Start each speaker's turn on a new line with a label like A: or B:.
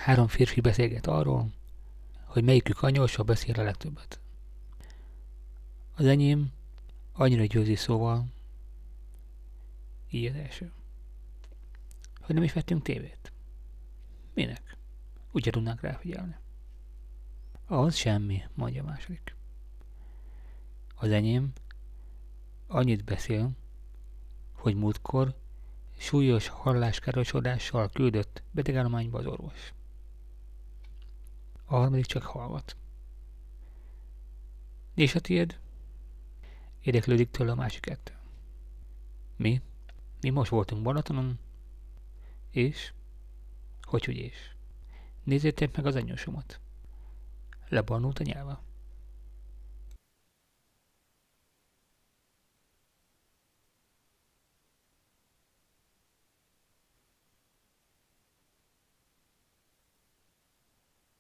A: 3 férfi beszélget arról, hogy melyikük anyósa beszél a legtöbbet. Az enyém annyira győzi, szóval így az első. Hogy nem is vettünk tévét. Minek? Úgy tudnánk ráfigyelni. Az semmi, mondja a második. Az enyém annyit beszél, hogy múltkor súlyos halláskárosodással küldött betegállományba az orvos. A harmadik csak hallgat. És a tiéd? Érdeklődik tőle a másik kettő. Mi most voltunk Balatonon, és? Hogy és? Nézzétek meg az anyósomat. Lebarnult a nyelve.